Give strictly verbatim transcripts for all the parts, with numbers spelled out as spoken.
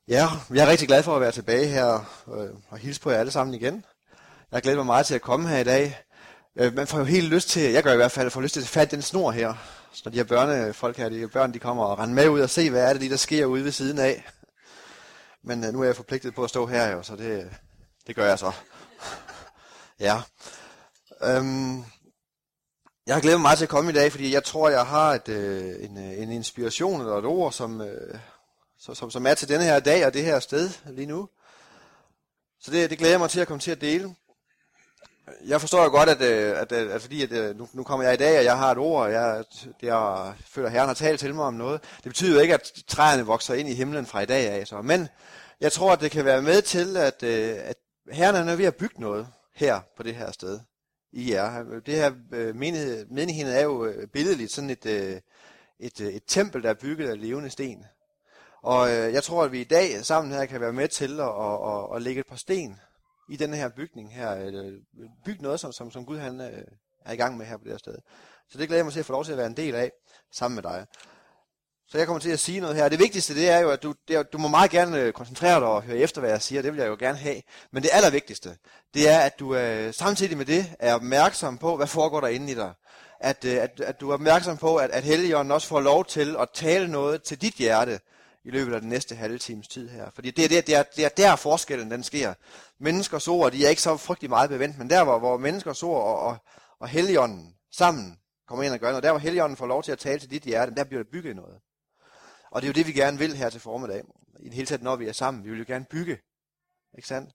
Ja, jeg er rigtig glad for at være tilbage her øh, og hilse på jer alle sammen igen. Jeg glæder mig meget til at komme her i dag. Øh, man får jo helt lyst til, jeg gør i hvert fald, får lyst til at fatte den snor her. Så når de her børnefolk her, de her børn, de kommer og render med ud og se, hvad er det, der sker ude ved siden af. Men øh, nu er jeg forpligtet på at stå her jo, så det, det gør jeg så. Ja. Øhm, jeg har glædet mig meget til at komme i dag, fordi jeg tror, jeg har et, øh, en, en inspiration eller et ord, som... Øh, Som, som er til denne her dag og det her sted lige nu. Så det, det glæder jeg mig til at komme til at dele. Jeg forstår jo godt, at, at, at, at fordi at, nu, nu kommer jeg i dag, og jeg har et ord, og jeg, det, jeg føler, at Herren har talt til mig om noget. Det betyder jo ikke, at træerne vokser ind i himlen fra i dag af. Så. Men jeg tror, at det kan være med til, at, at Herren er ved at bygge noget her på det her sted. I jer. Det her menighed, menigheden er jo billedligt sådan et, et, et, et tempel, der er bygget af levende sten. Og øh, jeg tror, at vi i dag sammen her kan være med til at, at, at, at lægge et par sten i denne her bygning her. Øh, bygge noget, som, som, som Gud han, øh, er i gang med her på det her sted. Så det glæder jeg mig til at få lov til at være en del af, sammen med dig. Så jeg kommer til at sige noget her. Det vigtigste, det er jo, at du, det er, du må meget gerne koncentrere dig og høre efter, hvad jeg siger. Det vil jeg jo gerne have. Men det allervigtigste, det er, at du øh, samtidig med det er opmærksom på, hvad foregår der inde i dig. At, øh, at, at du er opmærksom på, at, at Helligånden også får lov til at tale noget til dit hjerte, i løbet af den næste halve times tid her. Fordi det er, det, det, er, det er der forskellen den sker. Menneskers ord, de er ikke så frygtelig meget bevendt, men der hvor, hvor menneskers ord og, og, og Helligånden sammen kommer ind og gør noget, der hvor Helligånden får lov til at tale til dit hjerte, der bliver der bygget noget. Og det er jo det, vi gerne vil her til formiddag. I det hele taget, når vi er sammen. Vi vil jo gerne bygge. Ikke sandt?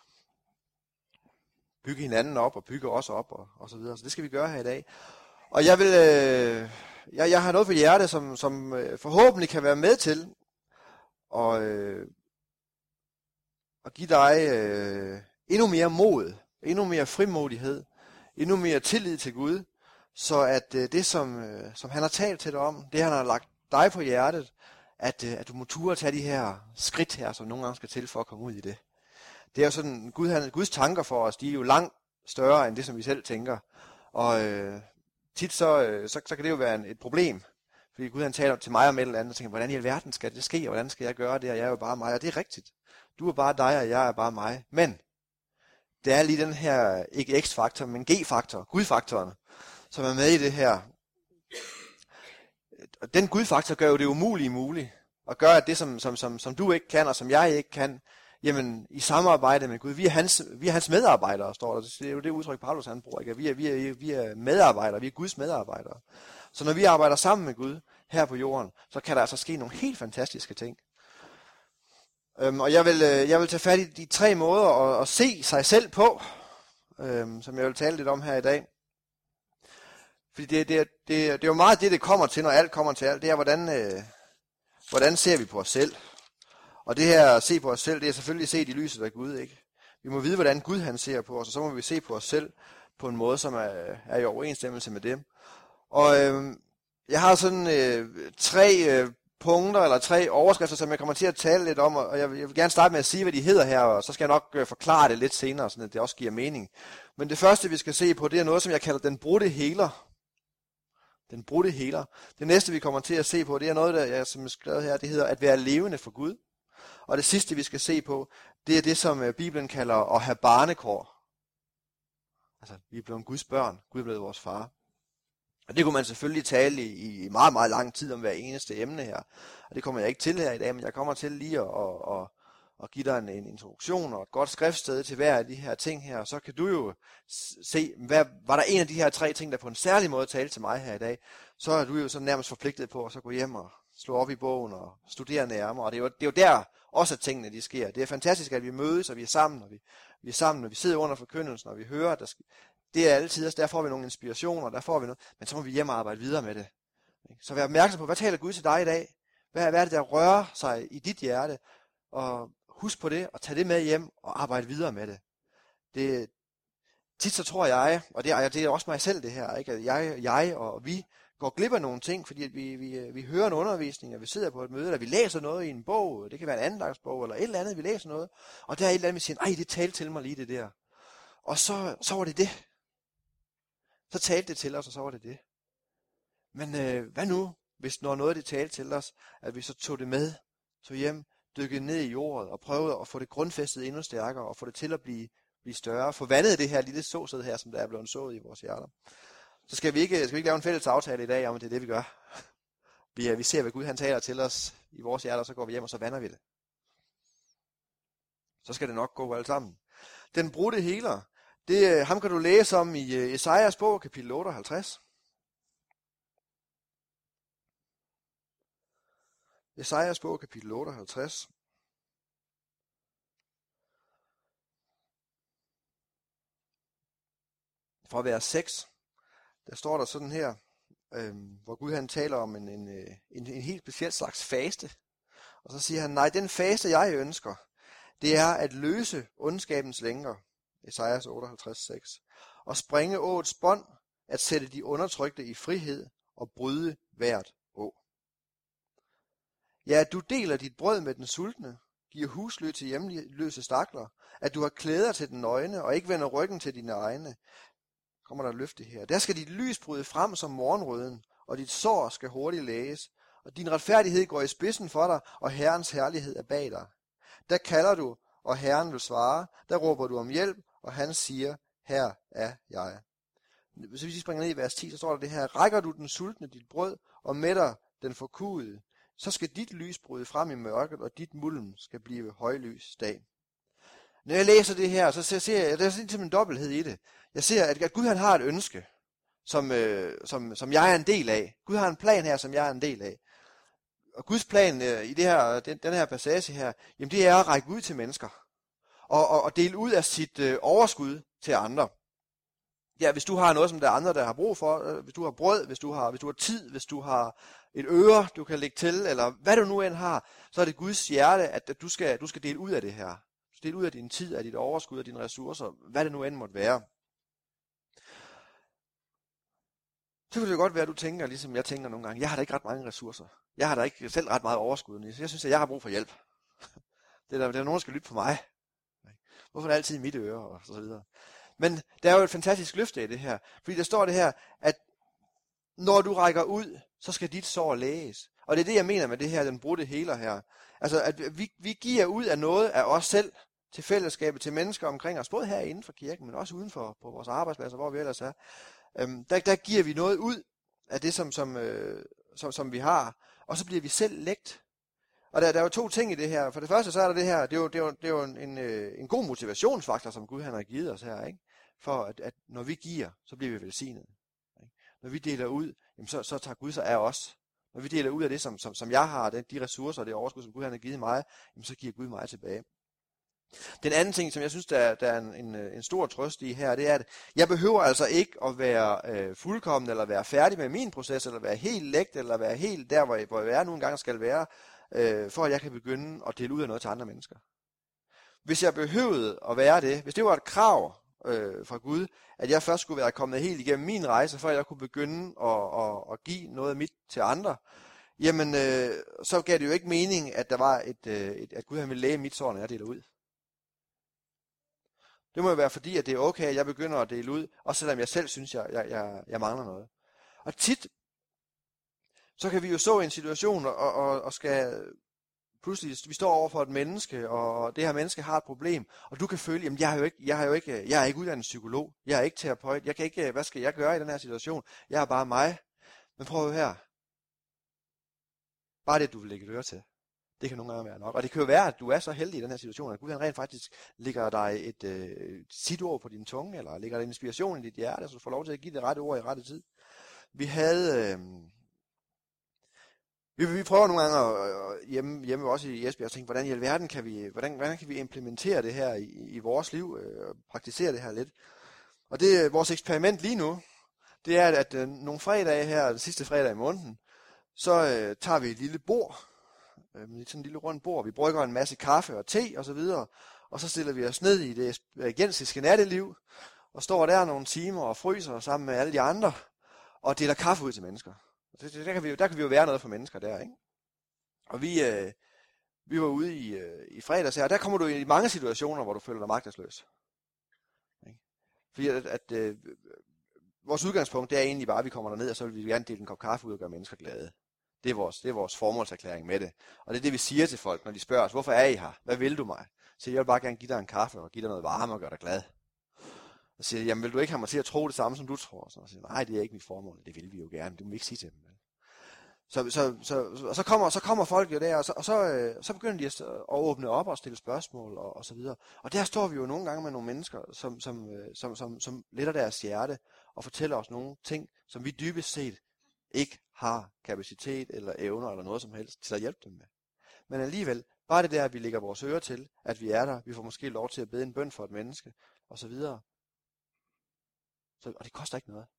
Bygge hinanden op og bygge os op og, og så videre. Så det skal vi gøre her i dag. Og jeg vil, øh, jeg, jeg har noget på hjertet, som, som øh, forhåbentlig kan være med til Og, øh, og give dig øh, endnu mere mod, endnu mere frimodighed, endnu mere tillid til Gud, så at øh, det, som, øh, som han har talt til dig om, det han har lagt dig på hjertet, at, øh, at du må ture at tage de her skridt her, som nogle gange skal til for at komme ud i det. Det er jo sådan, Gud, han, Guds tanker for os, de er jo langt større end det, som vi selv tænker. Og øh, tit så, øh, så, så kan det jo være en, et problem. Fordi Gud han taler til mig om et eller andet, og tænker, hvordan i alverden skal det ske, og hvordan skal jeg gøre det, og jeg er jo bare mig, og det er rigtigt. Du er bare dig, og jeg er bare mig. Men, det er lige den her, ikke X-faktor, men G-faktor, Gud-faktoren, som er med i det her. Og den Gud-faktor gør jo det umulige muligt, og gør, at det, som, som, som, som du ikke kan, og som jeg ikke kan, jamen, i samarbejde med Gud, vi er hans, vi er hans medarbejdere, står der. Det er jo det udtryk, Paulus han bruger, ikke? Vi er, vi er, vi er medarbejdere, vi er Guds medarbejdere. Så når vi arbejder sammen med Gud her på jorden, så kan der altså ske nogle helt fantastiske ting. Øhm, og jeg vil, øh, jeg vil tage fat i de tre måder at, at se sig selv på, øhm, som jeg vil tale lidt om her i dag. Fordi det, det, det, det er jo meget det, det kommer til, når alt kommer til alt. Det er, hvordan, øh, hvordan ser vi på os selv. Og det her at se på os selv, det er selvfølgelig set i lyset af Gud, ikke? Vi må vide, hvordan Gud han ser på os, og så må vi se på os selv på en måde, som er, er i overensstemmelse med dem. Og øh, jeg har sådan øh, tre øh, punkter, eller tre overskrifter, som jeg kommer til at tale lidt om, og jeg vil, jeg vil gerne starte med at sige, hvad de hedder her, og så skal jeg nok øh, forklare det lidt senere, så det også giver mening. Men det første, vi skal se på, det er noget, som jeg kalder den brudte heler. Den brudte heler. Det næste, vi kommer til at se på, det er noget, der, jeg, som er skrevet her, det hedder at være levende for Gud. Og det sidste, vi skal se på, det er det, som øh, Bibelen kalder at have barnekår. Altså, vi er blevet Guds børn. Gud er blevet vores far. Og det kunne man selvfølgelig tale i, i meget, meget lang tid om hver eneste emne her. Og det kommer jeg ikke til her i dag, men jeg kommer til lige at, at, at, at give dig en, en introduktion og et godt skriftsted til hver af de her ting her. Og så kan du jo se, hvad, var der en af de her tre ting, der på en særlig måde talte til mig her i dag, så er du jo så nærmest forpligtet på at så gå hjem og slå op i bogen og studere nærmere. Og det er jo, det er jo der også, at tingene de sker. Det er fantastisk, at vi mødes, og vi er sammen, og vi, vi er sammen, og vi sidder under forkyndelsen, og vi hører, at der skal... Det er altid, der får vi nogle inspirationer, der får vi noget, men så må vi hjem og arbejde videre med det. Så vær opmærksom på, hvad taler Gud til dig i dag? Hvad, hvad er det, der rører sig i dit hjerte? Og husk på det, og tag det med hjem og arbejde videre med det. Det tit så tror jeg, og det er, det er også mig selv det her, ikke? At jeg, jeg og vi går glip af nogle ting, fordi vi, vi, vi hører en undervisning, og vi sidder på et møde, eller vi læser noget i en bog, det kan være en andendagsbog, eller et eller andet, vi læser noget, og der er et eller andet, vi siger, ej, det talte til mig lige det der. Og så, så var det det. Så talte det til os, og så var det det. Men øh, hvad nu, hvis når noget det talte til os, at vi så tog det med, tog hjem, dykket ned i jordet og prøvet at få det grundfæstet endnu stærkere og få det til at blive, blive større. Få vandet det her lille såsæd her, som der er blevet sået i vores hjerter. Så skal vi, ikke, skal vi ikke lave en fælles aftale i dag om, at det er det, vi gør. Vi, vi ser, hvad Gud han taler til os i vores hjerter, så går vi hjem, og så vander vi det. Så skal det nok gå alt sammen. Den brudte heler, det, ham kan du læse om i Esajas bog, kapitel otteoghalvtreds. Esajas bog, kapitel otteoghalvtreds. Fra vers seks, der står der sådan her, øhm, hvor Gud han taler om en, en, en, en helt speciel slags faste. Og så siger han, nej, den faste jeg ønsker, det er at løse ondskabens lænker, Esajas otteoghalvtreds seks, og springe åets bånd, at sætte de undertrykte i frihed og bryde hvert å. Ja, at du deler dit brød med den sultne, giver husly til hjemløse stakler, at du har klæder til den nøgne og ikke vender ryggen til dine egne. Kommer der et løfte her. Der skal dit lys bryde frem som morgenrøden, og dit sår skal hurtigt læges, og din retfærdighed går i spidsen for dig, og Herrens herlighed er bag dig. Der kalder du, og Herren vil svare. Der råber du om hjælp, og han siger, her er jeg. Hvis vi springer ned i vers ti, så står der det her. Rækker du den sultne dit brød, og mætter den forkudede, så skal dit lys bryde frem i mørket, og dit mulm skal blive højlys dag. Når jeg læser det her, så ser jeg, der er simpelthen en dobbelthed i det. Jeg ser, at Gud han har et ønske, som, øh, som, som jeg er en del af. Gud har en plan her, som jeg er en del af. Og Guds plan øh, i det her, den, den her passage her, jamen det er at række ud til mennesker. Og, og, og dele ud af sit øh, overskud til andre. Ja, hvis du har noget, som der er andre, der har brug for, øh, hvis du har brød, hvis du har, hvis du har tid, hvis du har et øre, du kan lægge til, eller hvad du nu end har, så er det Guds hjerte, at, at du, skal, du skal dele ud af det her. Du skal dele ud af din tid, af dit overskud, af dine ressourcer, hvad det nu end måtte være. Så kan det godt være, at du tænker, ligesom jeg tænker nogle gange, jeg har da ikke ret mange ressourcer. Jeg har da ikke selv ret meget overskud. Så jeg synes, at jeg har brug for hjælp. Det er der, det er nogen, der skal lytte på mig. Hvorfor er det altid i mit øre, og så videre. Men der er jo et fantastisk løfte i det her. Fordi der står det her, at når du rækker ud, så skal dit sår læges. Og det er det, jeg mener med det her, den brudte heler her. Altså, at vi, vi giver ud af noget af os selv, til fællesskabet, til mennesker omkring os, både her inden for kirken, men også uden for på vores arbejdspladser, hvor vi ellers er. Øhm, der, der giver vi noget ud af det, som, som, øh, som, som vi har, og så bliver vi selv lægt. Og der, der er jo to ting i det her. For det første, så er der det her, det er jo, det er jo, det er jo en, en, en god motivationsfaktor, som Gud han har givet os her, ikke? For at, at når vi giver, så bliver vi velsignet. Ikke? Når vi deler ud, jamen så, så tager Gud sig af os. Når vi deler ud af det, som, som, som jeg har, de ressourcer og det overskud, som Gud han har givet mig, jamen så giver Gud mig tilbage. Den anden ting, som jeg synes, der er, der er en, en, en stor trøst i her, det er, at jeg behøver altså ikke at være øh, fuldkommen, eller være færdig med min proces, eller være helt lægt, eller være helt der, hvor jeg, hvor jeg er, nogle gange skal være, øh, for at jeg kan begynde at dele ud af noget til andre mennesker. Hvis jeg behøvede at være det, hvis det var et krav øh, fra Gud, at jeg først skulle være kommet helt igennem min rejse, for at jeg kunne begynde at, at, at give noget af mit til andre, jamen øh, så gav det jo ikke mening, at der var et, øh, et at Gud han ville læge mit sår, når jeg deler ud. Det må jo være fordi, at det er okay, at jeg begynder at dele ud, også selvom jeg selv synes, jeg, jeg, jeg, jeg mangler noget. Og tit, så kan vi jo stå i en situation, og, og, og skal pludselig, vi står over for et menneske, og det her menneske har et problem, og du kan føle, jamen jeg, har jo ikke, jeg, har jo ikke, jeg er ikke uddannet psykolog, jeg er ikke terapeut, jeg kan ikke, hvad skal jeg gøre i den her situation? Jeg er bare mig. Men prøv her. Bare det, du vil lægge et øre til. Det kan nogle gange være nok. Og det kan jo være, at du er så heldig i den her situation, at Gud han rent faktisk lægger dig et øh, sit ord på din tunge, eller lægger dig inspiration i dit hjerte, så du får lov til at give det rette ord i rette tid. Vi havde... Øh, vi, vi prøver nogle gange at, øh, hjemme, hjemme også i Esbjerg at tænke, hvordan i alverden kan vi, hvordan, hvordan kan vi implementere det her i, i vores liv, øh, praktisere det her lidt. Og det vores eksperiment lige nu, det er, at, at øh, nogle fredage her, den sidste fredag i måneden, så øh, tager vi et lille bord, med sådan en lille rundt bord. Vi brygger en masse kaffe og te og så videre, og så stiller vi os ned i det gensiske natteliv, og står der nogle timer og fryser sammen med alle de andre, og deler kaffe ud til mennesker. Det, det, der, kan vi jo, der kan vi jo være noget for mennesker der, ikke? Og vi, øh, vi var ude i, øh, i fredags her, og der kommer du i mange situationer, hvor du føler dig magtesløs. Ikke? Fordi at, at øh, vores udgangspunkt, det er egentlig bare, at vi kommer derned, og så vil vi gerne dele en kop kaffe ud og gøre mennesker glade. Det er vores, det er vores formålserklæring med det. Og det er det, vi siger til folk, når de spørger os, hvorfor er I her? Hvad vil du mig? Så jeg vil bare gerne give dig en kaffe og give dig noget varme og gøre dig glad. Og siger, jamen vil du ikke have mig til at tro det samme, som du tror? Og så siger, nej, det er ikke mit formål. Det vil vi jo gerne. Det må vi ikke sige til dem. Så, så, så, så, så, kommer, så kommer folk jo der, og så, og så, øh, så begynder de at, at åbne op og stille spørgsmål og, og så videre. Og der står vi jo nogle gange med nogle mennesker, som, som, øh, som, som, som letter deres hjerte og fortæller os nogle ting, som vi dybest set ikke har kapacitet eller evner eller noget som helst til at hjælpe dem med. Men alligevel, bare det der, at vi lægger vores ører til, at vi er der, vi får måske lov til at bede en bøn for et menneske, og så videre. Så, og det koster ikke noget.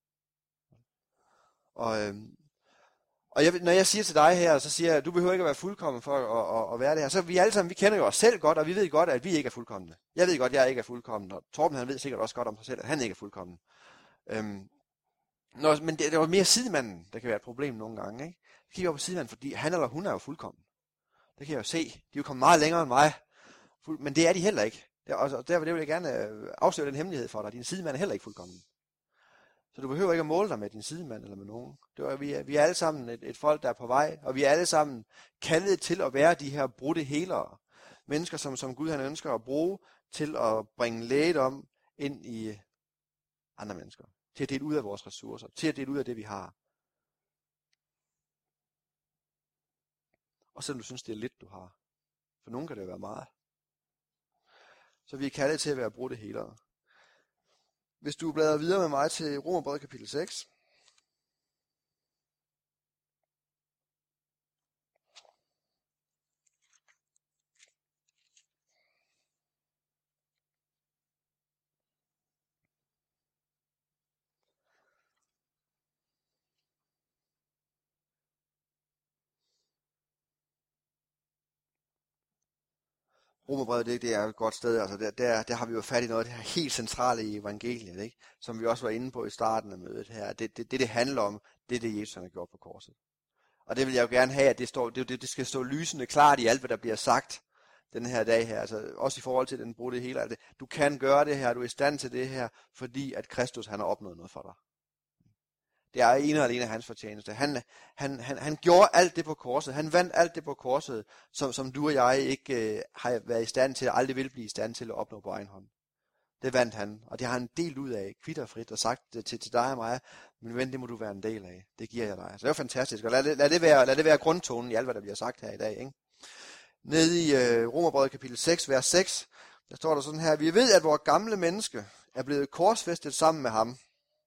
Og, øhm, og jeg, når jeg siger til dig her, så siger jeg, at du behøver ikke at være fuldkommen for at, at, at være det her. Så vi alle sammen, vi kender jo os selv godt, og vi ved godt, at vi ikke er fuldkomne. Jeg ved godt, at jeg ikke er fuldkommen, og Torben han ved sikkert også godt om sig selv, at han ikke er fuldkommen. Øhm, når, men det, det var mere sidemanden, der kan være et problem nogle gange. Ikke? Jeg kigger op på sidemanden, fordi han eller hun er jo fuldkommen. Det kan jeg jo se. De er jo kommet meget længere end mig. Men det er de heller ikke. Og der vil jeg gerne afsløre den hemmelighed for dig. Din sidemand er heller ikke fuldkommen. Så du behøver ikke at måle dig med din sidemand eller med nogen. Det var, vi, er, vi er alle sammen et, et folk, der er på vej, og vi er alle sammen kaldet til at være de her brudte helere. Mennesker, som, som Gud han ønsker at bruge til at bringe lægedom ind i andre mennesker. Til at dele ud af vores ressourcer. Til at dele ud af det, vi har. Og selvom du synes, det er lidt, du har. For nogen kan det være meget. Så vi er kaldet til at være brudte helere. Hvis du bladrer videre med mig til Romerbrevet kapitel seks. Romerbrevet, det, det er et godt sted, altså der, der, der har vi jo fat i noget af det her helt centrale i evangeliet, ikke? Som vi også var inde på i starten af mødet her. Det, det, det, det handler om, det er det, Jesus har gjort på korset. Og det vil jeg jo gerne have, at det, står, det, det, det skal stå lysende klart i alt, hvad der bliver sagt den her dag her. Altså også i forhold til den brudte hele af det. Du kan gøre det her, du er i stand til det her, fordi at Kristus han har opnået noget for dig. Det er ene og alene hans fortjeneste. Han, han, han, han gjorde alt det på korset. Han vandt alt det på korset, som, som du og jeg ikke øh, har været i stand til, og aldrig vil blive i stand til at opnå på egen hånd. Det vandt han, og det har han delt ud af, kvitterfrit, og sagt det til, til dig og mig, men ven, det må du være en del af. Det giver jeg dig. Så det er jo fantastisk, og lad det, lad det, være, lad det være grundtonen i alt, hvad der bliver sagt her i dag. Ikke? Nede i øh, Romerbrevet kapitel seks, vers seks, der står der sådan her, vi ved, at vores gamle menneske er blevet korsfæstet sammen med ham.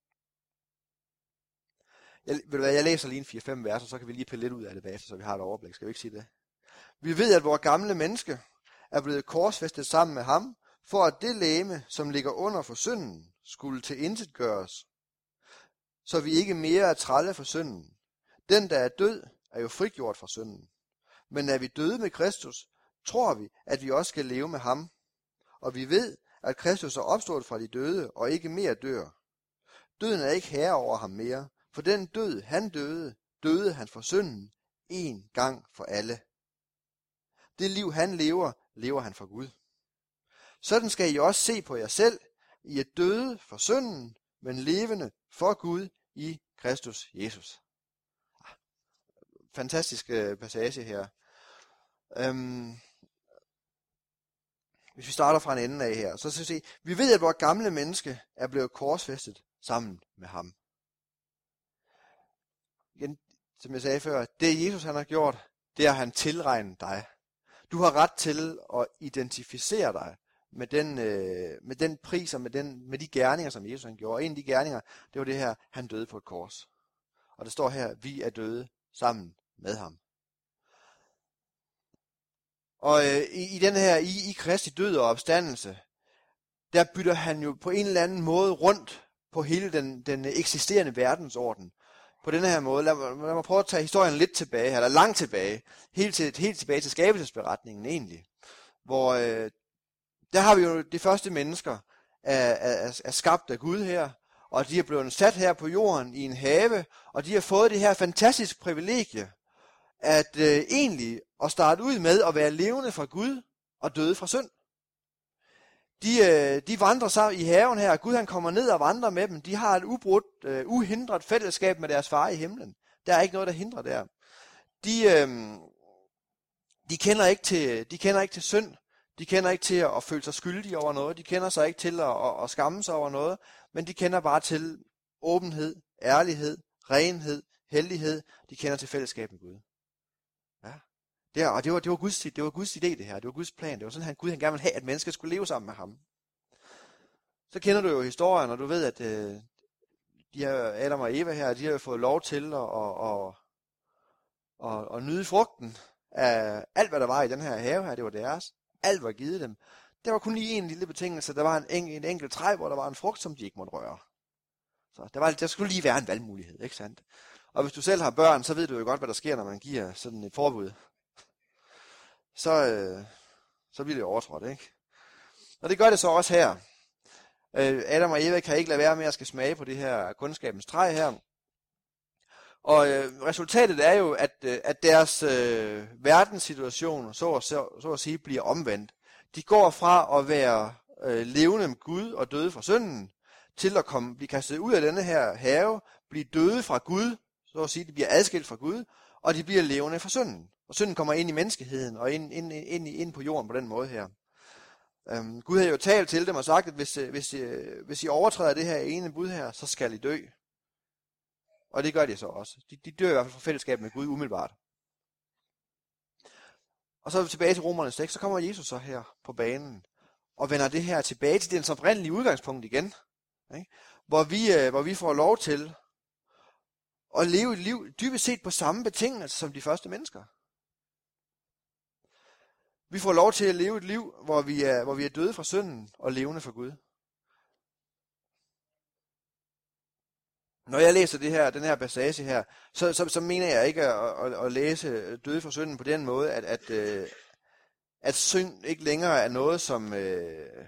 Jeg, ved du hvad, jeg læser lige en fire fem verser, så kan vi lige pille lidt ud af det bagefter, så vi har et overblik. Skal vi ikke sige det? Vi ved, at vores gamle menneske er blevet korsfæstet sammen med ham, for at det legeme, som ligger under for synden, skulle tilintetgøres, så vi ikke mere er trælle for synden. Den, der er død, er jo frigjort fra synden. Men er vi døde med Kristus, tror vi, at vi også skal leve med ham. Og vi ved, at Kristus er opstået fra de døde, og ikke mere dør. Døden er ikke herre over ham mere, for den død, han døde, døde han for synden, en gang for alle. Det liv, han lever, lever han for Gud. Sådan skal I også se på jer selv. I er døde for synden, men levende for Gud i Kristus Jesus. Fantastisk passage her. Øhm, hvis vi starter fra en ende af her, så skal vi se, vi ved, at vores gamle menneske er blevet korsfæstet sammen med ham. Igen, som jeg sagde før, det Jesus han har gjort, det har han tilregnet dig. Du har ret til at identificere dig med den, øh, med den pris og med, den, med de gerninger, som Jesus han gjorde. Og en af de gerninger, det var det her, han døde på et kors. Og det står her, vi er døde sammen med ham. Og øh, i, i den her, i, i Kristi død og opstandelse, der bytter han jo på en eller anden måde rundt på hele den, den eksisterende verdensorden. På den her måde, lad mig, lad mig prøve at tage historien lidt tilbage, eller langt tilbage, helt, til, helt tilbage til skabelsesberetningen egentlig. Hvor øh, der har vi jo de første mennesker er, er, er skabt af Gud her, og de er blevet sat her på jorden i en have, og de har fået det her fantastiske privilegie, at øh, egentlig at starte ud med at være levende fra Gud og døde fra synd. De, øh, de vandrer sammen i haven her, Gud han kommer ned og vandrer med dem, de har et ubrudt, øh, uhindret fællesskab med deres far i himlen. Der er ikke noget, der hindrer der. de, øh, de, kender ikke til, de kender ikke til synd. De kender ikke til at, at føle sig skyldige over noget. De kender sig ikke til at, at, at skamme sig over noget. Men de kender bare til åbenhed, ærlighed, renhed, hellighed. De kender til fællesskab med Gud. Ja. Det, og det var, det, var Guds, det var Guds idé, det her. Det var Guds plan. Det var sådan, at Gud han gerne ville have, at mennesker skulle leve sammen med ham. Så kender du jo historien, og du ved, at øh, de her Adam og Eva her, de har fået lov til at, at, at, at, at nyde frugten af alt, hvad der var i den her have her. Det var deres. Alt var givet dem. Der var kun lige en lille betingelse. Der var en, en, en enkelt træ, hvor der var en frugt, som de ikke måtte røre. Så der, var, der skulle lige være en valgmulighed, ikke sandt? Og hvis du selv har børn, så ved du jo godt, hvad der sker, når man giver sådan et forbud. Så, øh, så bliver det overtrådt, ikke? Og det gør det så også her. Øh, Adam og Eva kan ikke lade være med at skal smage på det her kundskabens træ her. Og øh, resultatet er jo, at, øh, at deres øh, verdenssituation, så, så, så at sige, bliver omvendt. De går fra at være øh, levende med Gud og døde fra synden, til at komme, blive kastet ud af denne her have, blive døde fra Gud, så at sige, de bliver adskilt fra Gud, og de bliver levende fra synden. Og synden kommer ind i menneskeheden, og ind, ind, ind, ind på jorden på den måde her. Øhm, Gud har jo talt til dem og sagt, at hvis, hvis, hvis I overtræder det her ene bud her, så skal I dø. Og det gør de så også. De, de dør i hvert fald fra fællesskab med Gud umiddelbart. Og så tilbage til Romerne seks, så kommer Jesus så her på banen, og vender det her tilbage til dens oprindelige udgangspunkt igen. Ikke? Hvor, vi, hvor vi får lov til at leve et liv dybest set på samme betingelser som de første mennesker. Vi får lov til at leve et liv, hvor vi er, hvor vi er døde fra synden og levende for Gud. Når jeg læser det her, den her passage her, så, så, så mener jeg ikke at, at, at læse døde fra synden på den måde, at, at, at, at synd ikke længere er noget, som, øh,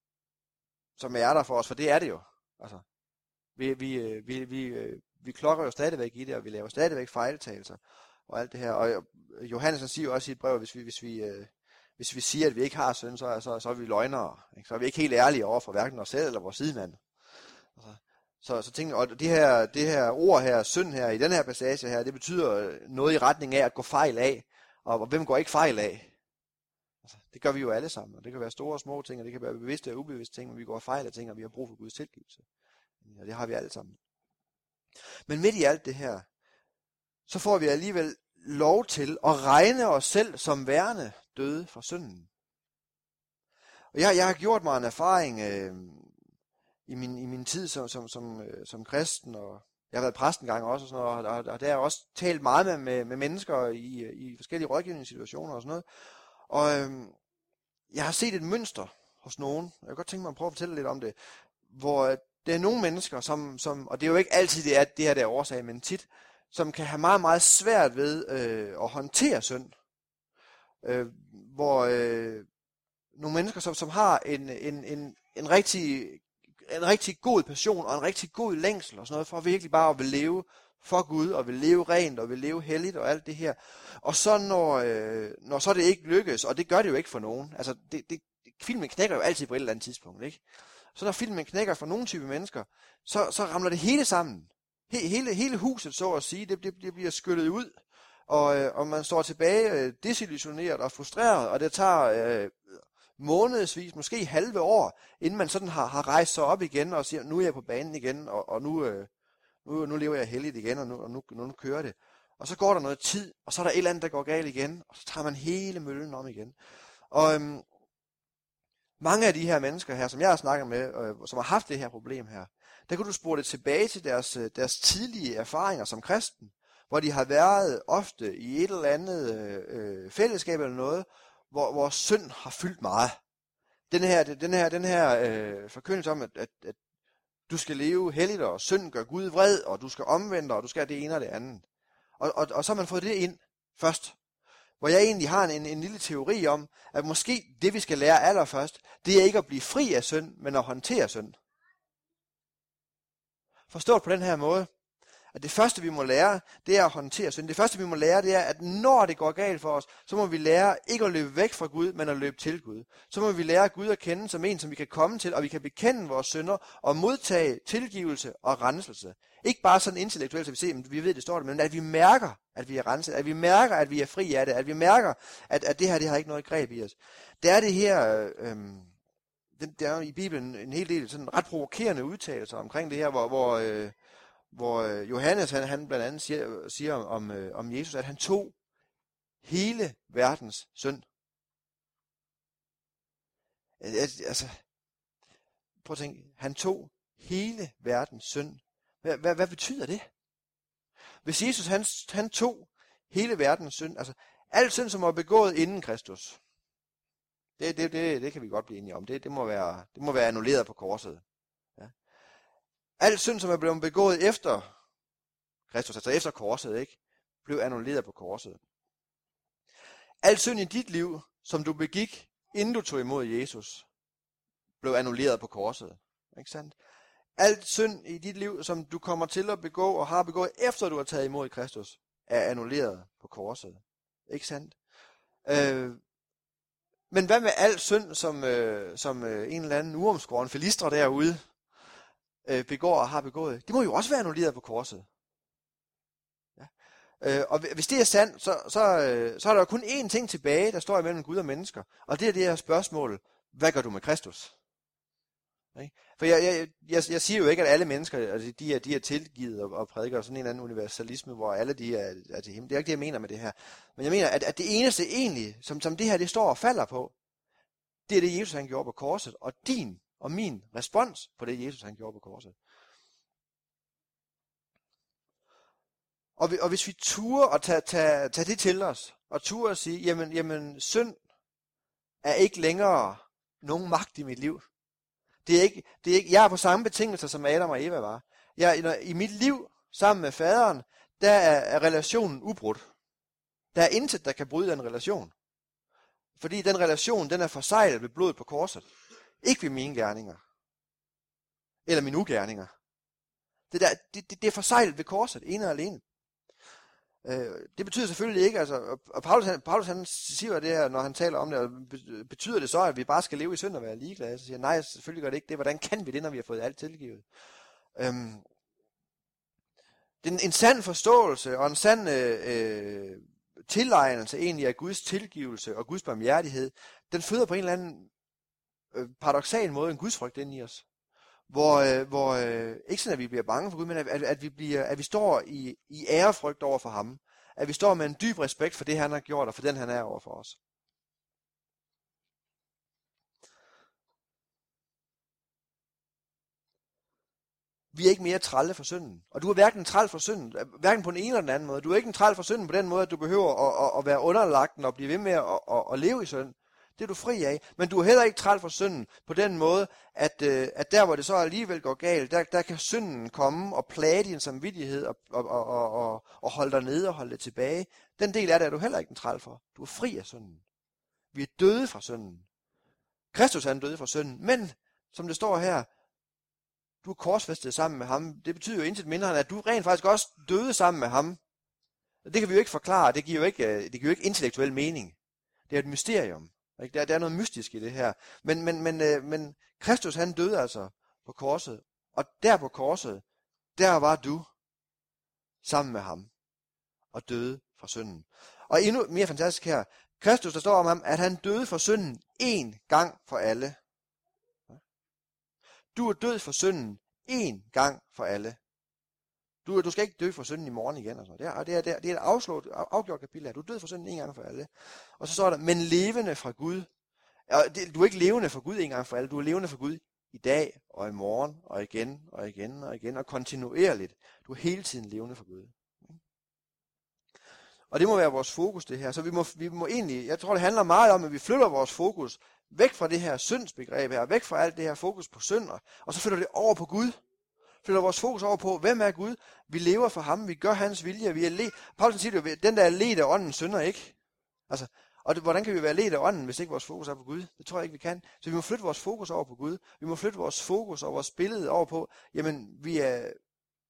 som er der for os, for det er det jo. Altså, vi, vi, vi, vi, vi klokker jo stadigvæk i det, og vi laver stadigvæk fejltagelser og alt det her. Og Johannes siger jo også i et brev, hvis vi, hvis vi, øh, hvis vi siger, at vi ikke har synd, så, så, så er vi løgnere. Ikke? Så er vi ikke helt ærlige over for hverken os selv eller vores sidemand. Altså, så, så tænk, og det her, det her ord her, synd her, i den her passage her, det betyder noget i retning af at gå fejl af. Og, og hvem går ikke fejl af? Altså, det gør vi jo alle sammen, og det kan være store og små ting, og det kan være bevidste og ubevidste ting, men vi går fejl af ting, og vi har brug for Guds tilgivelse. Og det har vi alle sammen. Men midt i alt det her, så får vi alligevel lov til at regne os selv som værende døde fra synden. Og jeg, jeg har gjort mig en erfaring øh, i, min, i min tid som, som, som, øh, som kristen, og jeg har været præst en gang også, og, sådan noget, og, og der har jeg også talt meget med, med, med mennesker i, i forskellige rådgivningssituationer og sådan noget. Og øh, jeg har set et mønster hos nogen, jeg kan godt tænke mig at prøve at fortælle lidt om det, hvor der er nogle mennesker, som, som og det er jo ikke altid det, er, det her der er årsag, men tit, som kan have meget, meget svært ved øh, at håndtere synd. Øh, hvor øh, nogle mennesker, som, som har en, en, en, en, rigtig, en rigtig god passion og en rigtig god længsel og sådan noget, for virkelig bare at vil leve for Gud, og vil leve rent, og vil leve helligt og alt det her. Og så når, øh, når så det ikke lykkes, og det gør det jo ikke for nogen, altså det, det, filmen knækker jo altid på et eller andet tidspunkt, ikke? Så når filmen knækker for nogle type mennesker, så, så ramler det hele sammen. He, hele, hele huset, så at sige, det, det, det bliver skyllet ud, og, øh, og man står tilbage øh, desillusioneret og frustreret, og det tager øh, månedsvis, måske halve år, inden man sådan har, har rejst sig op igen og siger, nu er jeg på banen igen, og, og nu, øh, nu, nu lever jeg helligt igen, og, nu, og nu, nu, nu kører det. Og så går der noget tid, og så er der et eller andet, der går galt igen, og så tager man hele møllen om igen. Og øhm, mange af de her mennesker her, som jeg har snakket med, øh, som har haft det her problem her, der kan du spore det tilbage til deres, deres tidlige erfaringer som kristen, hvor de har været ofte i et eller andet øh, fællesskab eller noget, hvor, hvor synd har fyldt meget. Den her, den her, den her øh, forkyndelse om, at, at, at du skal leve helligt, og synd gør Gud vred, og du skal omvende dig, og du skal det ene og det andet. Og, og, og så har man fået det ind først. Hvor jeg egentlig har en, en lille teori om, at måske det vi skal lære allerførst, det er ikke at blive fri af synd, men at håndtere synd. Forstået på den her måde, At det første, vi må lære, det er at håndtere synd. Det første, vi må lære, det er, at når det går galt for os, så må vi lære ikke at løbe væk fra Gud, men at løbe til Gud. Så må vi lære Gud at kende som en, som vi kan komme til, og vi kan bekende vores synder og modtage tilgivelse og renselse. Ikke bare sådan intellektuelt, så vi ser, at vi ved, det står der, men at vi mærker, at vi er renset, at vi mærker, at vi er fri af det, at vi mærker, at, at det her, det har ikke noget greb i os. Det er det her, øhm, det, der er i Bibelen en hel del sådan ret provokerende udtalelser omkring det her, hvor, hvor, øh, hvor øh, Johannes han, han blandt andet siger, siger om, øh, om Jesus, at han tog hele verdens synd. Altså, prøv at tænke, han tog hele verdens synd. Hvad, hvad, hvad betyder det? Hvis Jesus han, han tog hele verdens synd, altså al synd, som var begået inden Kristus, det, det, det, det kan vi godt blive enige om. Det, det, må, være, det må være annulleret på korset. Ja. Al synd, som er blevet begået efter Kristus, altså efter korset, ikke, blev annulleret på korset. Al synd i dit liv, som du begik, inden du tog imod Jesus, blev annulleret på korset. Ikke sandt? Alt synd i dit liv, som du kommer til at begå og har begået, efter du har taget imod Kristus, er annulleret på korset. Ikke sandt? Øh, men hvad med al synd, som, øh, som øh, en eller anden uomskåren filistre derude øh, begår og har begået? Det må jo også være annulleret på korset. Ja. Øh, og hvis det er sandt, så, så, øh, så er der jo kun én ting tilbage, der står imellem Gud og mennesker. Og det er det her spørgsmål, hvad gør du med Kristus? For jeg, jeg, jeg, jeg siger jo ikke, at alle mennesker, altså de, er, de er tilgivet og, og prædiker sådan en eller anden universalisme, hvor alle de er, er til himmel. Det er ikke det, jeg mener med det her. Men jeg mener, at, at det eneste egentlig, som, som det her det står og falder på, det er det, Jesus han gjorde på korset, og din og min respons på det, Jesus han gjorde på korset. Og, vi, og hvis vi turer at tage, tage, tage det til os, og turer at sige, jamen, jamen synd er ikke længere nogen magt i mit liv. Det er ikke, det er ikke, jeg er på samme betingelser, som Adam og Eva var. Jeg, I mit liv, sammen med faderen, der er, er relationen ubrudt. Der er intet, der kan bryde den relation. Fordi den relation, den er forsejlet ved blodet på korset. Ikke ved mine gerninger. Eller mine ugerninger. Det, der, det, det, det er forsejlet ved korset, ene og alene. Øh, det betyder selvfølgelig ikke, altså, og Paulus, han, Paulus han siger det her, når han taler om det, og betyder det så, at vi bare skal leve i synd og være ligeglade? Så siger nej, selvfølgelig gør det ikke det. Hvordan kan vi det, når vi har fået alt tilgivet? Øhm, det er en sand forståelse og en sand øh, tilegnelse egentlig af Guds tilgivelse og Guds barmhjertighed. Den føder på en eller anden øh, paradoksal måde en gudsfrygt ind i os. Hvor, øh, hvor øh, ikke sådan, at vi bliver bange for Gud, men at, at, at, vi, bliver, at vi står i, i ærefrygt over for ham. At vi står med en dyb respekt for det, han har gjort, og for den, han er over for os. Vi er ikke mere trælle for synden. Og du er hverken en træl for synden, hverken på den ene eller den anden måde. Du er ikke en træl for synden på den måde, at du behøver at, at, at være underlagt den og blive ved med at, at, at leve i synd. Det er du fri af. Men du er heller ikke træl for synden på den måde, at, øh, at der hvor det så alligevel går galt, der, der kan synden komme og plage din samvittighed og, og, og, og, og, og holde dig nede og holde det tilbage. Den del af det er du heller ikke en træl for. Du er fri af synden. Vi er døde fra synden. Kristus er en døde fra synden, men som det står her, du er korsfæstet sammen med ham. Det betyder jo intet mindre, end at du rent faktisk også døde sammen med ham. Det kan vi jo ikke forklare. Det giver jo ikke, det giver jo ikke intellektuel mening. Det er et mysterium. Der, der er noget mystisk i det her. Men, men, men, øh, men Kristus han døde altså på korset. Og der på korset, der var du sammen med ham. Og døde fra synden. Og endnu mere fantastisk her. Kristus, der står om ham, at han døde for synden én gang for alle. Du er død for synden én gang for alle. Du, du skal ikke dø for synden i morgen igen. Altså. Det, er, det, er, det, er, det er et afslået, afgjort kapitel her. Du er død for synden en gang for alle. Og så står der, men levende fra Gud. Du er ikke levende for Gud en gang for alle. Du er levende for Gud i dag og i morgen og igen og igen og igen og kontinuerligt. Du er hele tiden levende for Gud. Og det må være vores fokus det her. Så vi må, vi må egentlig, jeg tror det handler meget om, at vi flytter vores fokus væk fra det her syndsbegreb her, væk fra alt det her fokus på synder, og så flytter det over på Gud. Flytter vores fokus over på, hvem er Gud? Vi lever for ham, vi gør hans vilje, vi er le. Paulus siger jo, den der er ledt af ånden synder ikke. Altså, og det, hvordan kan vi være ledt af ånden, hvis ikke vores fokus er på Gud? Det tror jeg ikke, vi kan. Så vi må flytte vores fokus over på Gud. Vi må flytte vores fokus og vores billede over på, jamen, vi er,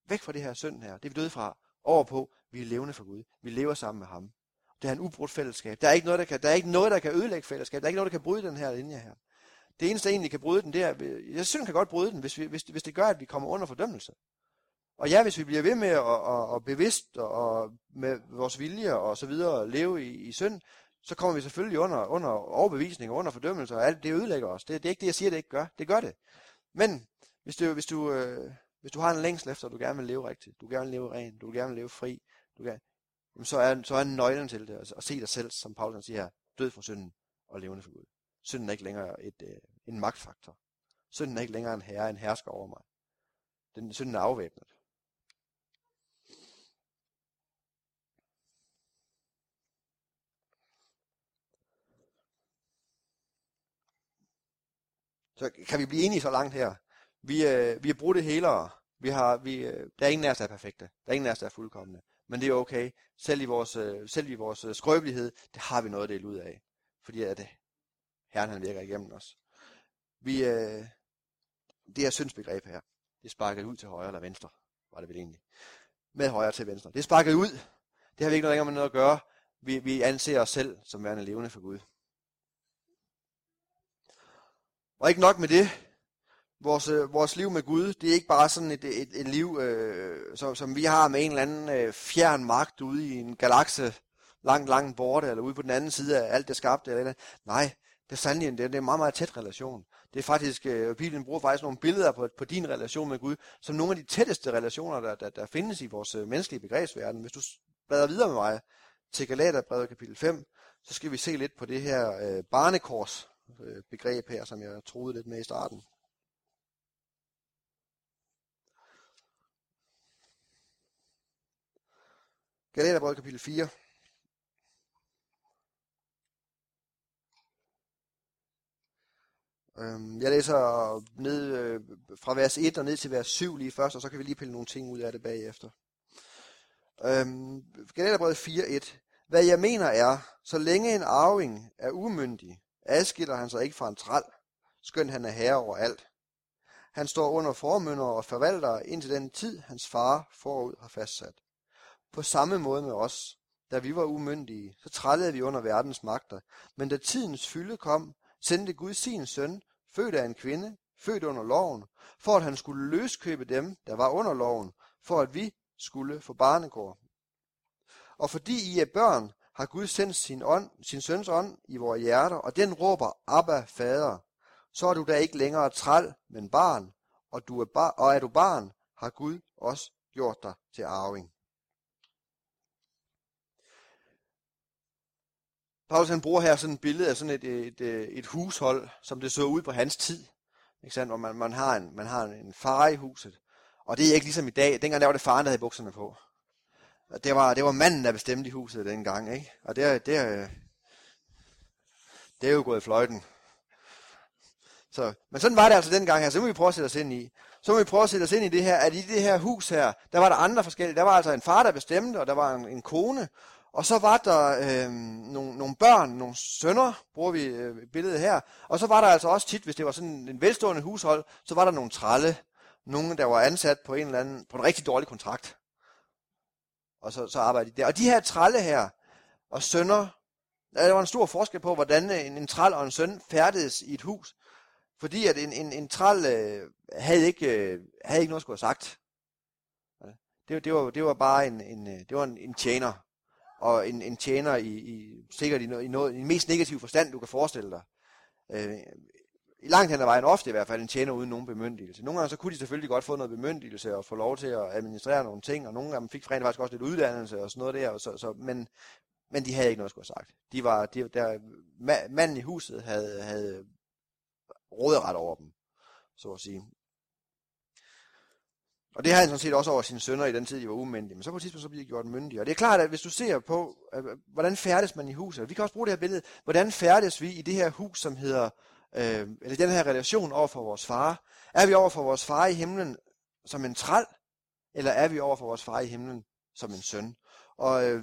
væk fra det her synd her, det er vi døde fra, over på, vi er levende for Gud. Vi lever sammen med ham. Det er en ubrudt fællesskab. Der er ikke noget, der kan, der er ikke noget, der kan ødelægge fællesskab. Der er ikke noget, der kan bryde den her linje her. Det eneste, der egentlig kan bryde den, det er, jeg synes, kan godt bryde den, hvis, vi, hvis, hvis det gør, at vi kommer under fordømmelse. Og ja, hvis vi bliver ved med at og, og bevidst og, og med vores vilje og så videre leve i, i synd, så kommer vi selvfølgelig under, under overbevisning og under fordømmelse, og alt det ødelægger os. Det, det er ikke det, jeg siger, det ikke gør. Det gør det. Men hvis du, hvis du, øh, hvis du har en længsel efter, at du gerne vil leve rigtigt, du gerne vil leve rent, du gerne vil leve fri, du gerne, jamen, så, er, så er nøglen til det, at se dig selv, som Paulus siger her, død for synden og levende for Gud. Synden er ikke længere et, øh, en magtfaktor. Synden er ikke længere en herre, en hersker over mig. Den synden er afvæbnet. Så kan vi blive enige så langt her. Vi, øh, vi har brugt det helere. Vi har, vi, øh, der er ingen af os, der er perfekte. Der er ingen af os, der er fuldkommende. Men det er okay. Selv i vores, øh, selv i vores øh, skrøbelighed, det har vi noget at dele ud af. Fordi at, øh, Herren han virker igennem os. Vi, øh, det her syndsbegreb her, det er sparket ud til højre eller venstre, var det vel egentlig. Med højre til venstre. Det er sparket ud. Det har vi ikke noget længere med noget at gøre. Vi, vi anser os selv som værende levende for Gud. Og ikke nok med det. Vores, øh, vores liv med Gud, det er ikke bare sådan et, et, et liv, øh, som, som vi har med en eller anden øh, fjern magt ude i en galakse, langt, langt borte, eller ude på den anden side af alt det skabte. Eller, eller. Nej, det er sandelig en, det er en meget, meget tæt relation. Det er faktisk, øh, Bibelen bruger faktisk nogle billeder på, på din relation med Gud, som nogle af de tætteste relationer, der, der, der findes i vores øh, menneskelige begrebsverden. Hvis du bladrer videre med mig til Galaterbrevet kapitel fem, så skal vi se lidt på det her øh, barnekors øh, begreb her, som jeg troede lidt med i starten. Galaterbrevet kapitel fire. Jeg læser ned øh, fra vers et og ned til vers syv lige først, og så kan vi lige pille nogle ting ud af det bagefter. Øhm, Galaterbrevet fire et. Hvad jeg mener er, så længe en arving er umyndig, adskiller han sig ikke fra en træl, skønt han er herre over alt. Han står under formyndere og forvaltere indtil den tid, hans far forud har fastsat. På samme måde med os, da vi var umyndige, så trællede vi under verdens magter, men da tidens fylde kom, sendte Gud sin søn, født af en kvinde, født under loven, for at han skulle løskøbe dem, der var under loven, for at vi skulle få barnekår. Og fordi I er børn, har Gud sendt sin, ånd, sin søns ånd i vores hjerter, og den råber, Abba, fader. Så er du da ikke længere træl, men barn, og, du er bar, og er du barn, har Gud også gjort dig til arving. Paulus han bruger her sådan et billede af sådan et, et, et, et hushold, som det så ud på hans tid. Ikke sandt? Hvor man, man har, en, man har en far i huset. Og det er ikke ligesom i dag. Dengang der var det faren, der havde bukserne på. Det var, det var manden, der bestemte i huset dengang. Ikke? Og det, det, det er jo gået i fløjten. Så, men sådan var det altså dengang her. Så må vi prøve at sætte os ind i. Så må vi prøve at sætte os ind i det her. At i det her hus her, der var der andre forskellige. Der var altså en far, der bestemte, og der var en, en kone. Og så var der øh, nogle, nogle børn, nogle sønner, bruger vi øh, billedet her. Og så var der altså også tit, hvis det var sådan en velstående hushold, så var der nogle tralle. Nogle, der var ansat på en eller anden, på en rigtig dårlig kontrakt. Og så, så arbejdede de der. Og de her tralle her, og sønner, der var en stor forskel på, hvordan en, en træl og en søn færdedes i et hus. Fordi at en, en, en træl øh, havde, ikke, øh, havde ikke noget at skulle have sagt. Det, det, var, det var bare en, en, det var en, en tjener. Og en, en tjener i, i sikkert i, noget, i, noget, i den mest negative forstand, du kan forestille dig. Øh, I langt hen ad vejen, ofte i hvert fald, en tjener uden nogen bemyndigelse. Nogle gange så kunne de selvfølgelig godt få noget bemyndigelse og få lov til at administrere nogle ting, og nogle af dem fik rent faktisk også lidt uddannelse og sådan noget der, og så, så, men, men de havde ikke noget at skulle have sagt. De var, de, der, manden i huset havde, havde råderet over dem, så at sige. Og det har han sådan set også over sine sønner i den tid, de var umyndige. Men så på et tidspunkt så bliver de gjort myndige. Og det er klart, at hvis du ser på, hvordan færdes man i huset. Vi kan også bruge det her billede. Hvordan færdes vi i det her hus, som hedder, øh, eller den her relation over for vores far. Er vi over for vores far i himlen som en træl? Eller er vi over for vores far i himlen som en søn? Og øh,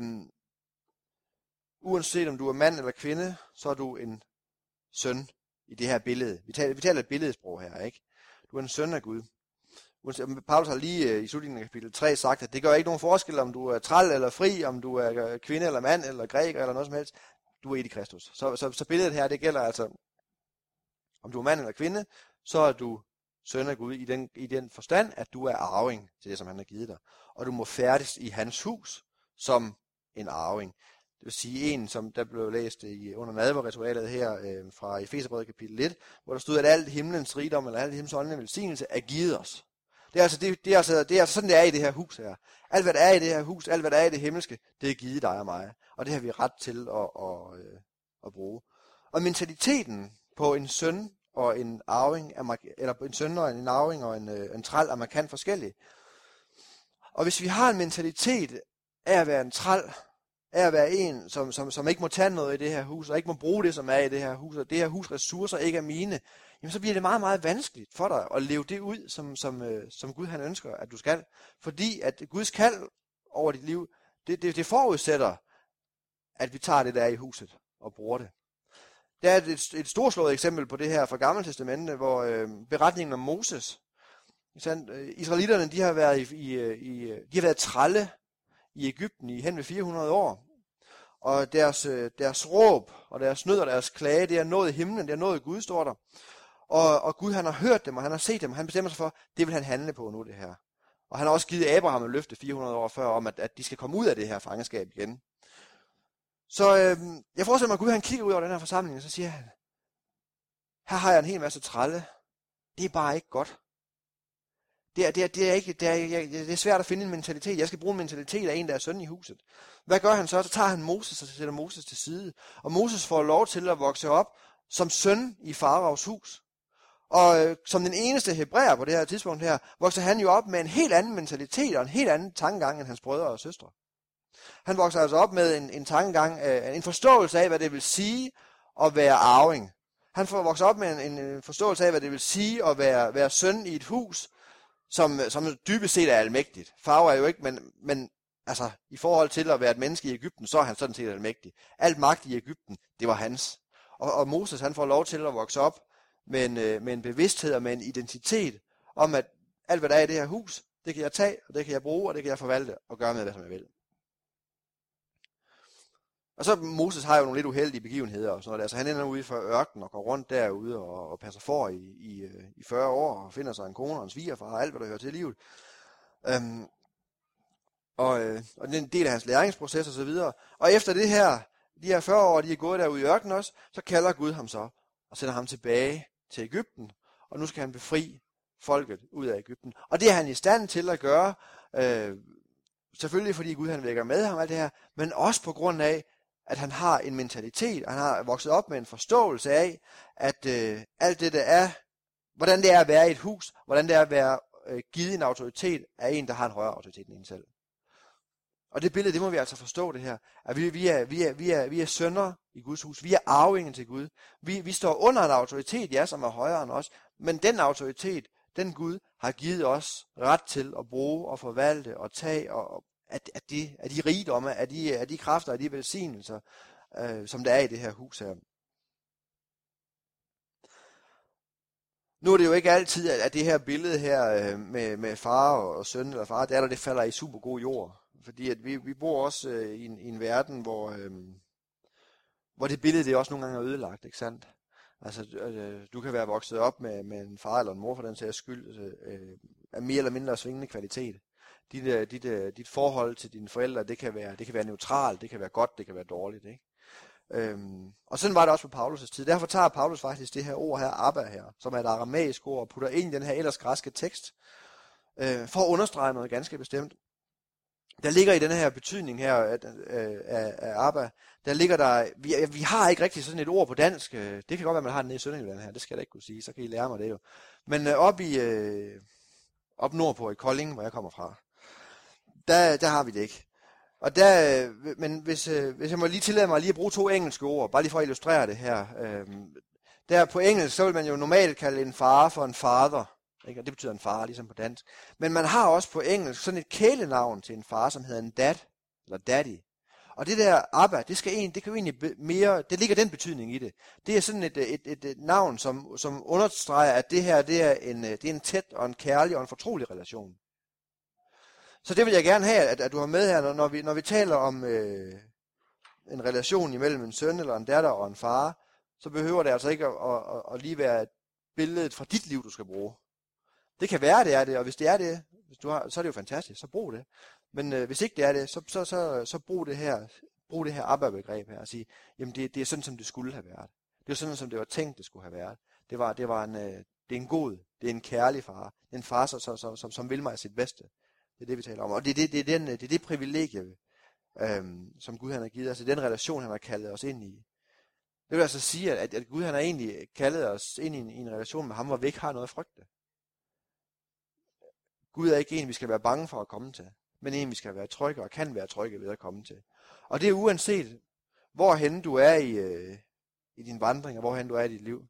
uanset om du er mand eller kvinde, så er du en søn i det her billede. Vi taler, vi taler et billedsprog her, ikke? Du er en søn af Gud. Paulus har lige i slutningen af kapitel tre sagt, at det gør ikke nogen forskel, om du er træl eller fri, om du er kvinde eller mand eller græker eller noget som helst. Du er et i Kristus. Så, så, så billedet her, det gælder altså, om du er mand eller kvinde, så er du søn af Gud i den, i den forstand, at du er arving til det, som han har givet dig. Og du må færdes i hans hus som en arving. Det vil sige en, som der blev læst i, under nadverritualet her øh, fra Efeserbrevet kapitel et, hvor der stod, at alt himlens rigdom, eller alt himlens åndelige velsignelse, er givet os. Det er, altså, det, det, er altså, det er altså sådan, det er i det her hus her. Alt, hvad der er i det her hus, alt, hvad der er i det himmelske, det er givet dig og mig. Og det har vi ret til at, at, at, at bruge. Og mentaliteten på en søn og en arving, er, eller en søn og en arving og en, en træl, er markant forskellige. Og hvis vi har en mentalitet af at være en træl, af at være en, som, som, som ikke må tage noget i det her hus, og ikke må bruge det, som er i det her hus, og det her hus ressourcer ikke er mine, jamen så bliver det meget, meget vanskeligt for dig at leve det ud, som, som, øh, som Gud han ønsker, at du skal. Fordi at Guds kald over dit liv, det, det, det forudsætter, at vi tager det der i huset og bruger det. Der er et, et storslået eksempel på det her fra Gamle Testamente, hvor øh, beretningen om Moses, israelitterne, de har været i, i, i de har været trælle i Egypten i hen ved fire hundrede år. Og deres, deres råb og deres nød og deres klage, det er nået himlen, det er nået Gud, står der. Og, og Gud han har hørt dem, og han har set dem, og han bestemmer sig for, det vil han handle på nu, det her. Og han har også givet Abraham et løfte fire hundrede år før, om at, at de skal komme ud af det her fangenskab igen. Så øh, jeg forestiller mig, at Gud han kigger ud over den her forsamling, og så siger han, her har jeg en hel masse trælle, det er bare ikke godt. Det er, det, er, det, er ikke, det, er, det er svært at finde en mentalitet. Jeg skal bruge en mentalitet af en, der er søn i huset. Hvad gør han så? Så tager han Moses og sætter Moses til side. Og Moses får lov til at vokse op som søn i Faraos hus. Og øh, som den eneste hebræer på det her tidspunkt her, vokser han jo op med en helt anden mentalitet og en helt anden tankegang end hans brødre og søstre. Han vokser altså op med en, en tankegang, øh, en forståelse af, hvad det vil sige at være arving. Han får vokset op med en, en forståelse af, hvad det vil sige at være, være søn i et hus, Som, som dybest set er almægtigt. Farao er jo ikke, men, men altså, i forhold til at være et menneske i Egypten, så er han sådan set almægtig. Alt magt i Egypten, det var hans. Og, og Moses, han får lov til at vokse op med en, med en bevidsthed og med en identitet om, at alt hvad der er i det her hus, det kan jeg tage, og det kan jeg bruge, og det kan jeg forvalte og gøre med, hvad som jeg vil. Og så Moses har jo nogle lidt uheldige begivenheder og sådan noget der. Så han ender ude for ørkenen og går rundt derude og, og passer for i, i, i fyrre år og finder sig en kone og en svigerfar og alt, hvad der hører til livet. Øhm, og, og det er en del af hans læringsproces og så videre. Og efter det her, de her fyrre år, de er gået derude i ørkenen også, så kalder Gud ham så og sender ham tilbage til Egypten. Og nu skal han befri folket ud af Egypten. Og det er han i stand til at gøre, øh, selvfølgelig fordi Gud han vækker med ham alt det her, men også på grund af, at han har en mentalitet, han har vokset op med en forståelse af, at øh, alt det der er, hvordan det er at være i et hus, hvordan det er at være øh, givet en autoritet af en, der har en højere autoritet end en selv. Og det billede, det må vi altså forstå det her, at vi, vi, er, vi, er, vi, er, vi er sønner i Guds hus, vi er arvingen til Gud, vi, vi står under en autoritet, ja, som er højere end os, men den autoritet, den Gud har givet os ret til at bruge og forvalte og tage og At, at, de, at de rigdomme, at de, at de kræfter, at de velsignelser, øh, som der er i det her hus her. Nu er det jo ikke altid, at det her billede her øh, med, med far og søn eller far, det er der, det falder i super god jord. Fordi at vi, vi bor også øh, i, en, i en verden, hvor, øh, hvor det billede det også nogle gange er ødelagt, ikke sandt? Altså, øh, du kan være vokset op med, med en far eller en mor for den sags skyld, øh, af mere eller mindre svingende kvalitet. Dit, dit, dit forhold til dine forældre, det kan være, det kan være neutralt, det kan være godt, det kan være dårligt, ikke? Øhm, og sådan var det også på Paulus' tid. Derfor tager Paulus faktisk det her ord her, Abba her, som er et aramæisk ord, og putter ind i den her ellers græske tekst, øh, for at understrege noget ganske bestemt. Der ligger i den her betydning her af, af, af Abba, der ligger der, vi, vi har ikke rigtig sådan et ord på dansk, det kan godt være, man har det nede i Sønderjylland her, det skal jeg da ikke kunne sige, så kan I lære mig det jo. Men øh, op i, øh, op nordpå i Kolding, hvor jeg kommer fra, Der, der har vi det ikke. Og der, men hvis, øh, hvis jeg må lige tillade mig lige at bruge to engelske ord, bare lige for at illustrere det her. Øh, der på engelsk, så vil man jo normalt kalde en far for en father, ikke? Og det betyder en far, ligesom på dansk. Men man har også på engelsk sådan et kælenavn til en far, som hedder en dad, eller daddy. Og det der Abba, det, skal egentlig, det kan jo egentlig mere, det ligger den betydning i det. Det er sådan et, et, et, et navn, som, som understreger, at det her det er, en, det er en tæt og en kærlig og en fortrolig relation. Så det vil jeg gerne have, at, at du har med her, når vi, når vi taler om øh, en relation imellem en søn eller en datter og en far, så behøver det altså ikke at, at, at, at lige være et billede fra dit liv, du skal bruge. Det kan være, det er det, og hvis det er det, hvis du har, så er det jo fantastisk, så brug det. Men øh, hvis ikke det er det, så, så, så, så brug det her, brug det her Abba-begreb her og sige, jamen det, det er sådan, som det skulle have været. Det er sådan, som det var tænkt, det skulle have været. Det var, det var en, øh, det er en god, det er en kærlig far. Det er en far, som, som, som, som vil mig sit bedste. Det er det, vi taler om. Og det er det, det, er den, det, er det privilegie, øhm, som Gud han har givet os. Det er den relation, han har kaldet os ind i. Det vil altså sige, at, at Gud han har egentlig kaldet os ind i en, i en relation med ham, hvor vi ikke har noget at frygte. Gud er ikke en, vi skal være bange for at komme til, men en, vi skal være trygge og kan være trygge ved at komme til. Og det er uanset, hvorhen du er i, øh, i din vandring, og hvorhen du er i dit liv.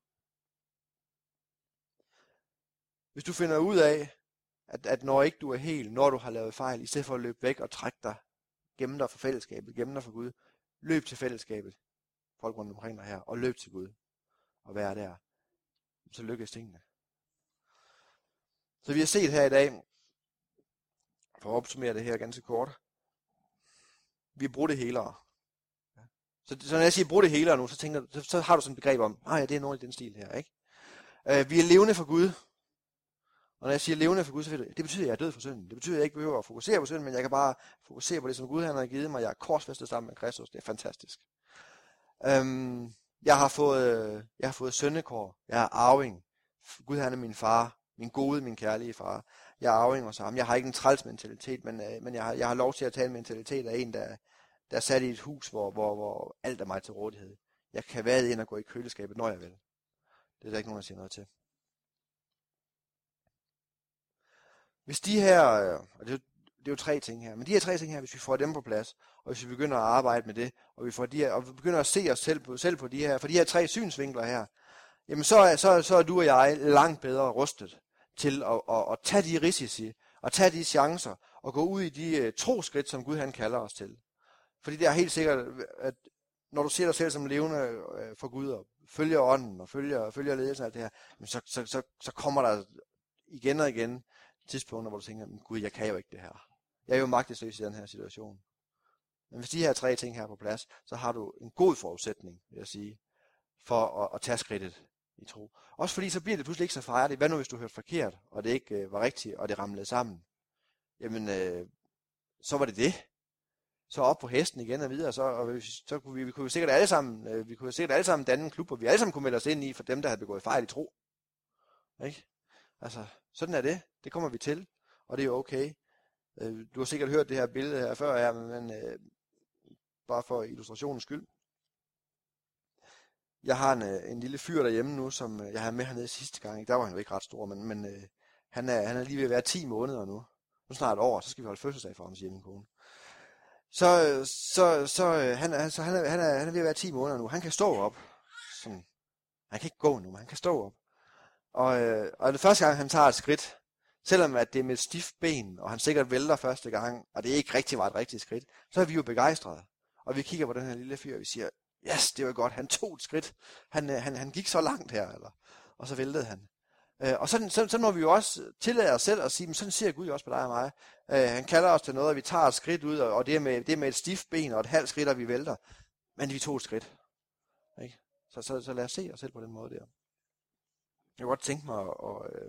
Hvis du finder ud af, at, at når ikke du er helt, når du har lavet fejl, i stedet for at løbe væk og trække dig, gemme dig for fællesskabet, gemme dig for Gud, løb til fællesskabet, folk rundt omkring dig her, og løb til Gud, og vær der, så lykkes tingene. Så vi har set her i dag, for at opsummere det her ganske kort, vi er brudte helere. Så, så når jeg siger brudte helere nu, så, tænker, så, så har du sådan et begreb om, nej, ja, det er noget i den stil her, ikke? Uh, vi er levende for Gud. Og når jeg siger levende for Gud, så det, det betyder, at jeg er død for synden. Det betyder, at jeg ikke behøver at fokusere på synden, men jeg kan bare fokusere på det, som Gud han har givet mig. Jeg er korsfæstet sammen med Kristus. Det er fantastisk. Um, jeg har fået, jeg har fået sønnekår. Jeg er arving. Gud han er min far. Min gode, min kærlige far. Jeg er arving hos ham. Jeg har ikke en træls mentalitet, men, øh, men jeg, har, jeg har lov til at tage en mentalitet af en, der, der er sat i et hus, hvor, hvor, hvor alt er mig til rådighed. Jeg kan vade ind og gå i køleskabet, når jeg vil. Det er der ikke nogen, der siger noget til. Hvis de her, og det er, det er jo tre ting her, men de her tre ting her, hvis vi får dem på plads, og hvis vi begynder at arbejde med det, og vi, får de her, og vi begynder at se os selv på, selv på de her, for de her tre synsvinkler her, jamen så er, så, så er du og jeg langt bedre rustet til at, at, at tage de risici, og tage de chancer, og gå ud i de uh, troskridt, som Gud han kalder os til. Fordi det er helt sikkert, at når du ser dig selv som levende uh, for Gud, og følger ånden, og følger, følger ledelsen og alt det her, så, så, så, så kommer der igen og igen tidspunkter, hvor du tænker, Gud, jeg kan jo ikke det her. Jeg er jo magtesløs i den her situation. Men hvis de her tre ting her er på plads, så har du en god forudsætning, vil jeg sige, for at, at tage skridtet i tro. Også fordi så bliver det pludselig ikke så farligt. Hvad nu hvis du hørte forkert, og det ikke øh, var rigtigt, og det ramlede sammen? Jamen, øh, så var det det. Så op på hesten igen og videre, så, og vi, så kunne vi, vi kunne jo sikkert alle sammen, øh, vi kunne sikkert alle sammen danne en klub, hvor vi alle sammen kunne melde os ind i, for dem, der havde begået fejl i tro. Ikke? Altså, sådan er det. Det kommer vi til, og det er jo okay. Øh, du har sikkert hørt det her billede her før, ja, men øh, bare for illustrationens skyld. Jeg har en, en lille fyr derhjemme nu, som jeg havde med hernede sidste gang. Der var han jo ikke ret stor, men, men øh, han, er, han er lige ved at være ti måneder nu. Nu snart et år, så skal vi holde fødselsdag for ham, siger min kone. Så, så, så, han, altså, han, er, han, er, han er ved at være ti måneder nu. Han kan stå op. Sådan. Han kan ikke gå nu, men han kan stå op. Og, øh, og det første gang, han tager et skridt, selvom at det er med et stift ben, og han sikkert vælter første gang, og det ikke rigtig var et rigtigt skridt, så er vi jo begejstrede. Og vi kigger på den her lille fyr, og vi siger, yes, det var godt, han tog et skridt. Han, han, han gik så langt her, eller? Og så væltede han. Øh, og sådan, så, så må vi jo også tillade os selv at sige, men sådan ser Gud jo også på dig og mig. Øh, han kalder os til noget, at vi tager et skridt ud, og, og det, er med, det er med et stift ben og et halvt skridt, og vi vælter. Men vi tog et skridt. Ikke? Så, så, så lad os se os selv på den måde der. Jeg kunne godt tænke mig at, og, øh,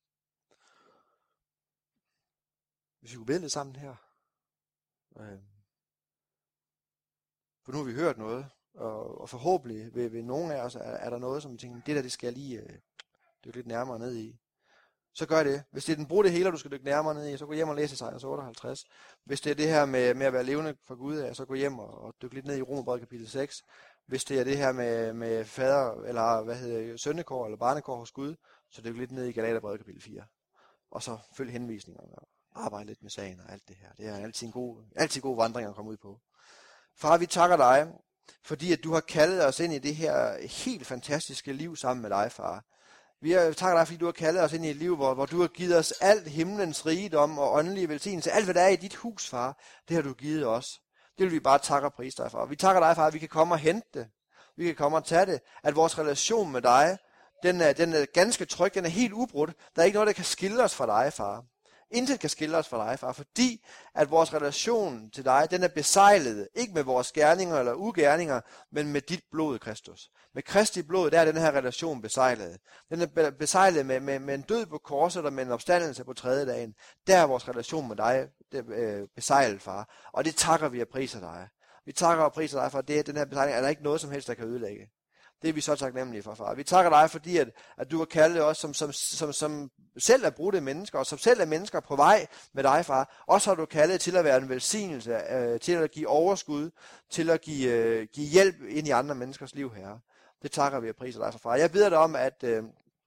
hvis vi kunne bede lidt sammen her. Øh, for nu har vi hørt noget, og, og forhåbentlig ved, ved nogle af os er, er der noget, som vi tænker, det der, det skal jeg lige øh, dykke lidt nærmere ned i. Så gør det. Hvis det er den brudte hele, du skal dykke nærmere ned i, så gå hjem og læse Esajas otteoghalvtreds. Hvis det er det her med, med at være levende for Gud, så gå hjem og, og dykke lidt ned i Romerbrevet kapitel seks. Hvis det er det her med, med fader, eller hvad hedder sønnekår, eller barnekår hos Gud, så dyk lidt ned i Galaterbrevet kapitel fire. Og så følg henvisningerne og arbejde lidt med sagen og alt det her. Det er altid en god, altid god vandring at komme ud på. Far, vi takker dig, fordi at du har kaldet os ind i det her helt fantastiske liv sammen med dig, far. Vi takker dig, fordi du har kaldet os ind i et liv, hvor, hvor du har givet os alt himlens rigdom og åndelige velsignelse. Alt, hvad der er i dit hus, far, det har du givet os. Det vil vi bare takke og prise dig for. Vi takker dig, far, at vi kan komme og hente det. Vi kan komme og tage det. At vores relation med dig, den er, den er ganske tryg, den er helt ubrudt. Der er ikke noget, der kan skille os fra dig, far. Intet kan skille os fra dig, far, fordi at vores relation til dig, den er besejlet, ikke med vores gerninger eller ugerninger, men med dit blod, Kristus. Med Kristi blod, der er den her relation besejlet. Den er besejlet med, med, med en død på korset og med en opstandelse på tredje dagen. Der er vores relation med dig det, øh, besejlet, far. Og det takker vi og priser dig. Vi takker og priser dig for, at det, den her besejling er der ikke noget som helst, der kan ødelægge. Det er vi så taknemmelige for, far. Vi takker dig, fordi at, at du har kaldet os, som, som, som, som selv er brudte mennesker, og som selv er mennesker på vej med dig, far. Også har du kaldet til at være en velsignelse, øh, til at give overskud, til at give, øh, give hjælp ind i andre menneskers liv, herre. Det takker vi og priser dig for, far. Jeg beder dig om, at øh,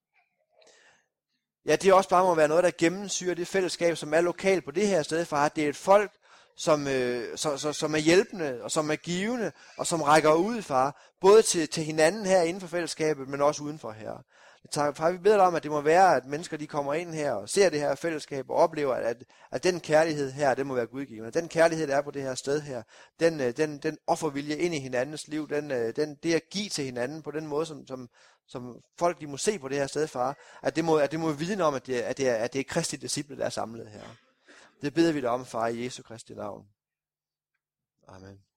ja, det også bare må være noget, der gennemsyrer det fællesskab, som er lokalt på det her sted, far. Det er et folk, Som, øh, så, så, som er hjælpende, og som er givende, og som rækker ud, far, både til, til hinanden her inden for fællesskabet, men også udenfor her. Tak, far, vi beder dig om, at det må være, at mennesker de kommer ind her og ser det her fællesskab og oplever, at, at, at den kærlighed her, det må være gudgivende. Den kærlighed, der er på det her sted her, den, den, den offervilje ind i hinandens liv, den, den, det at give til hinanden på den måde, som, som, som folk de må se på det her sted, far, at det må, at det må vidne om, at det, at det er, at det er Kristi disciple, der er samlet her. Det beder vi dig om, far, i Jesu Kristi navn. Amen.